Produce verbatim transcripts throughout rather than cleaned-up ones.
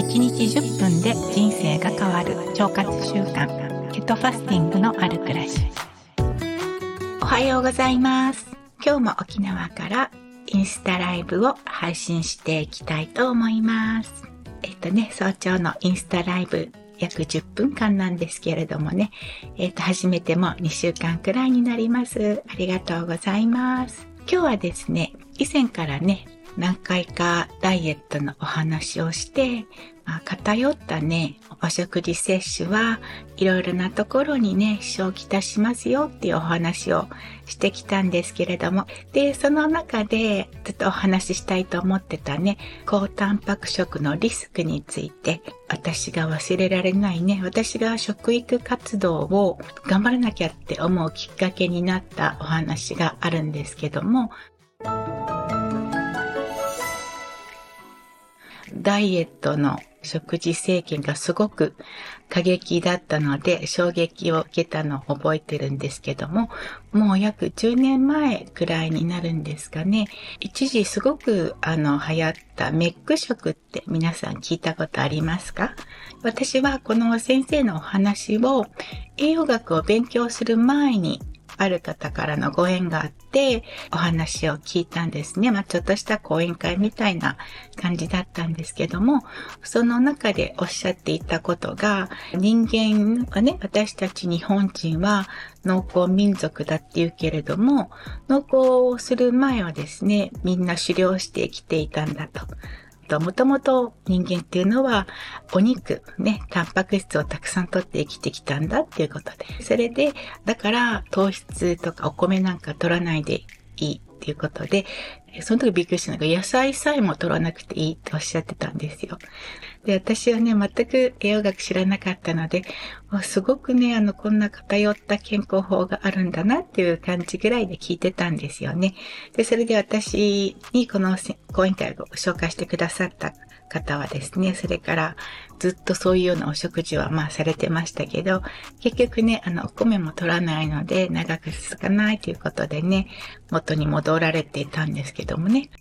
いちにちじゅっぷんで人生が変わる腸活習慣、ケトファスティングのある暮らし。おはようございます。今日も沖縄からインスタライブを配信していきたいと思います。えっとね、早朝のインスタライブ約じゅっぷんかんなんですけれどもね、えっと、始めてもにしゅうかんくらいになります。ありがとうございます。今日はですね、以前からね、何回かダイエットのお話をして、まあ、偏ったね、お食事摂取はいろいろなところにね、支障をきたしますよっていうお話をしてきたんですけれども、で、その中でずっとお話ししたいと思ってたね、高タンパク食のリスクについて、私が忘れられないね、私が食育活動を頑張らなきゃって思うきっかけになったお話があるんですけども、ダイエットの食事制限がすごく過激だったので衝撃を受けたのを覚えてるんですけども、もう約じゅうねんまえくらいになるんですかね。一時すごくあの流行ったメック食って皆さん聞いたことありますか？私はこの先生のお話を栄養学を勉強する前にある方からのご縁があってお話を聞いたんですね。まあちょっとした講演会みたいな感じだったんですけども、その中でおっしゃっていたことが、人間はね、私たち日本人は農耕民族だっていうけれども、農耕をする前はですね、みんな狩猟して生きていたんだと。もともと人間っていうのはお肉ね、タンパク質をたくさん取って生きてきたんだっていうことで、それでだから糖質とかお米なんか取らないでいいっていうことで、その時びっくりしたのが野菜さえも取らなくていいっておっしゃってたんですよ。で、私はね、全く栄養学知らなかったので、すごくね、あの、こんな偏った健康法があるんだなっていう感じぐらいで聞いてたんですよね。で、それで私にこの講演会を紹介してくださった方はですね、それからずっとそういうようなお食事はまあされてましたけど、結局ね、あの、お米も取らないので長く続かないということでね、元に戻られていたんですけどもね。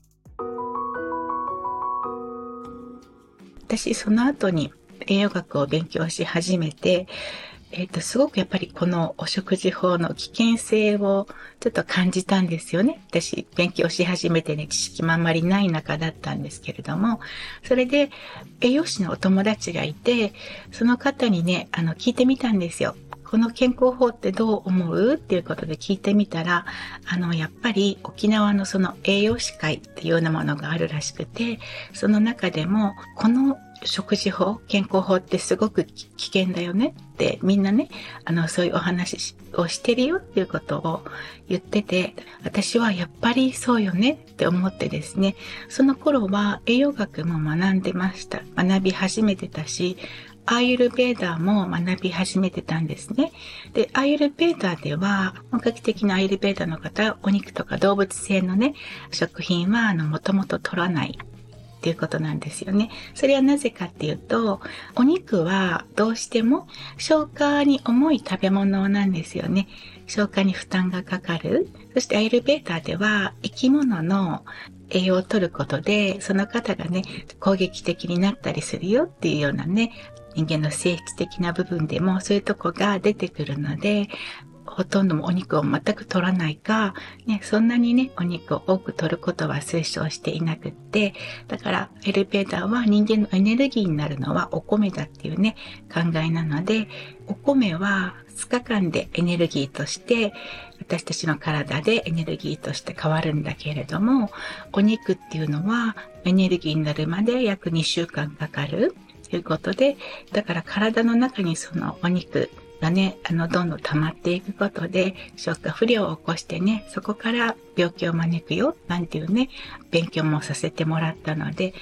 私、その後に栄養学を勉強し始めて、えっと、すごくやっぱりこのお食事法の危険性をちょっと感じたんですよね。私、勉強し始めてね、知識もあんまりない中だったんですけれども、それで栄養士のお友達がいて、その方にね、あの、聞いてみたんですよ。この健康法ってどう思うっていうことで聞いてみたら、あの、やっぱり沖縄のその栄養士会っていうようなものがあるらしくて、その中でも、この食事法、健康法ってすごく危険だよねってみんなね、あの、そういうお話をしてるよっていうことを言ってて、私はやっぱりそうよねって思ってですね、その頃は栄養学も学んでました。学び始めてたし、アーユルベーダーも学び始めてたんですね。で、アーユルベーダーでは、本格的なアーユルベーダーの方は、お肉とか動物性のね、食品は、あの、もともと取らないっていうことなんですよね。それはなぜかっていうと、お肉はどうしても消化に重い食べ物なんですよね。消化に負担がかかる。そしてアーユルベーダーでは、生き物の栄養を取ることで、その方がね、攻撃的になったりするよっていうようなね、人間の性質的な部分でもそういうとこが出てくるので、ほとんどもお肉を全く取らないか、ね、そんなにね、お肉を多く取ることは推奨していなくって、だからエレベーターは人間のエネルギーになるのはお米だっていうね、考えなので、お米はふつかかんでエネルギーとして、私たちの体でエネルギーとして変わるんだけれども、お肉っていうのはエネルギーになるまで約にしゅうかんかかる。ということで、だから体の中にそのお肉がね、あの、どんどん溜まっていくことで、消化不良を起こしてね、そこから病気を招くよ、なんていうね、勉強もさせてもらったので、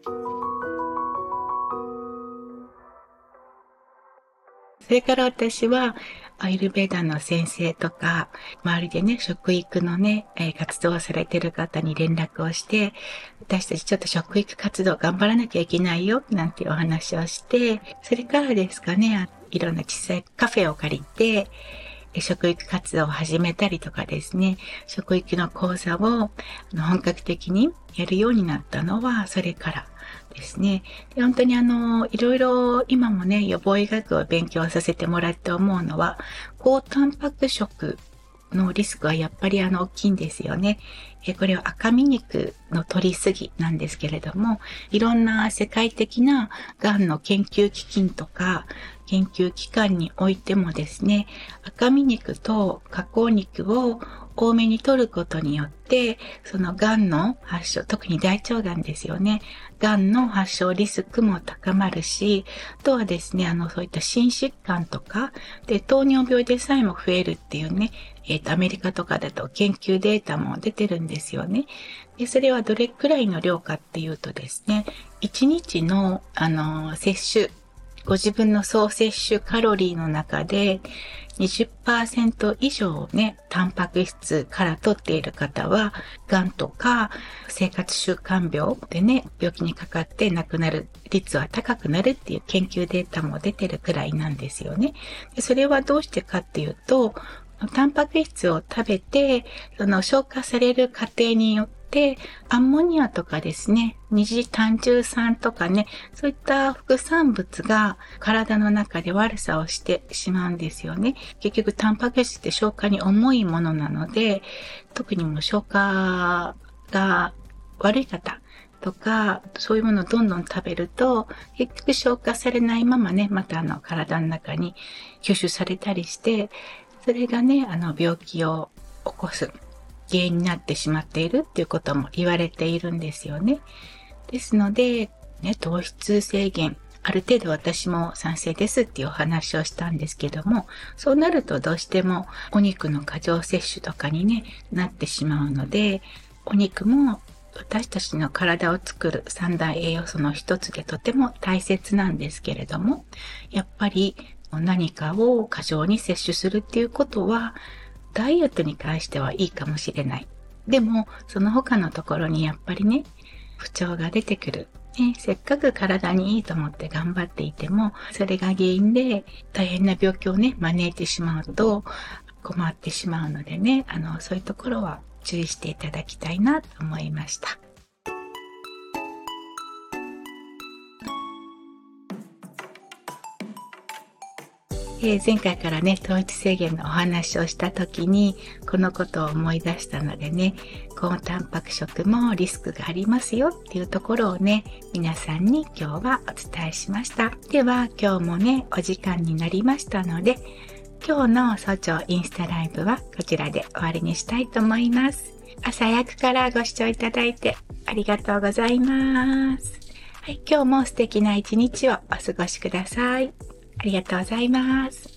それから私は、アイルベーダの先生とか、周りでね、食育のね、えー、活動をされている方に連絡をして、私たちちょっと食育活動頑張らなきゃいけないよ、なんていうお話をして、それからですかね、いろんな小さいカフェを借りて、食育活動を始めたりとかですね、食育の講座を本格的にやるようになったのはそれからですね。で本当にあの、いろいろ今もね、予防医学を勉強させてもらって思うのは、高タンパク食のリスクはやっぱりあの大きいんですよね。えこれは赤身肉の摂りすぎなんですけれども、いろんな世界的ながんの研究基金とか研究機関においてもですね、赤身肉と加工肉を多めに摂ることによって、そのがんの発症、特に大腸がんですよね。がんの発症リスクも高まるし、あとはですね、あの、そういった心疾患とか、で、糖尿病でさえも増えるっていうね、えっと、アメリカとかだと研究データも出てるんですよね。で、それはどれくらいの量かっていうとですね、いちにちの、あの、摂取、ご自分の総摂取カロリーの中で にじゅっパーセント 以上ね、タンパク質から取っている方は、がんとか生活習慣病でね、病気にかかって亡くなる率は高くなるっていう研究データも出てるくらいなんですよね。でそれはどうしてかっていうと、タンパク質を食べて、その消化される過程によって、アンモニアとかですね、二次単重酸とかね、そういった副産物が体の中で悪さをしてしまうんですよね。結局タンパク質って消化に重いものなので、特にもう消化が悪い方とか、そういうものをどんどん食べると、結局消化されないままね、またあの体の中に吸収されたりして、それがね、あの病気を起こす原因になってしまっているっていうことも言われているんですよね。ですので、ね、糖質制限、ある程度私も賛成ですっていうお話をしたんですけども、そうなるとどうしてもお肉の過剰摂取とかにね、なってしまうので、お肉も私たちの体を作る三大栄養素の一つでとても大切なんですけれども、やっぱり何かを過剰に摂取するっていうことは、ダイエットに関してはいいかもしれない。でも、その他のところにやっぱりね、不調が出てくる。ね、せっかく体にいいと思って頑張っていても、それが原因で大変な病気をね、招いてしまうと困ってしまうのでね、あの、そういうところは注意していただきたいなと思いました。えー、前回からね、糖質制限のお話をした時に、このことを思い出したのでね、高タンパク食もリスクがありますよっていうところをね、皆さんに今日はお伝えしました。では、今日もね、お時間になりましたので、今日の早朝インスタライブはこちらで終わりにしたいと思います。朝早くからご視聴いただいてありがとうございます。はい、今日も素敵な一日をお過ごしください。ありがとうございます。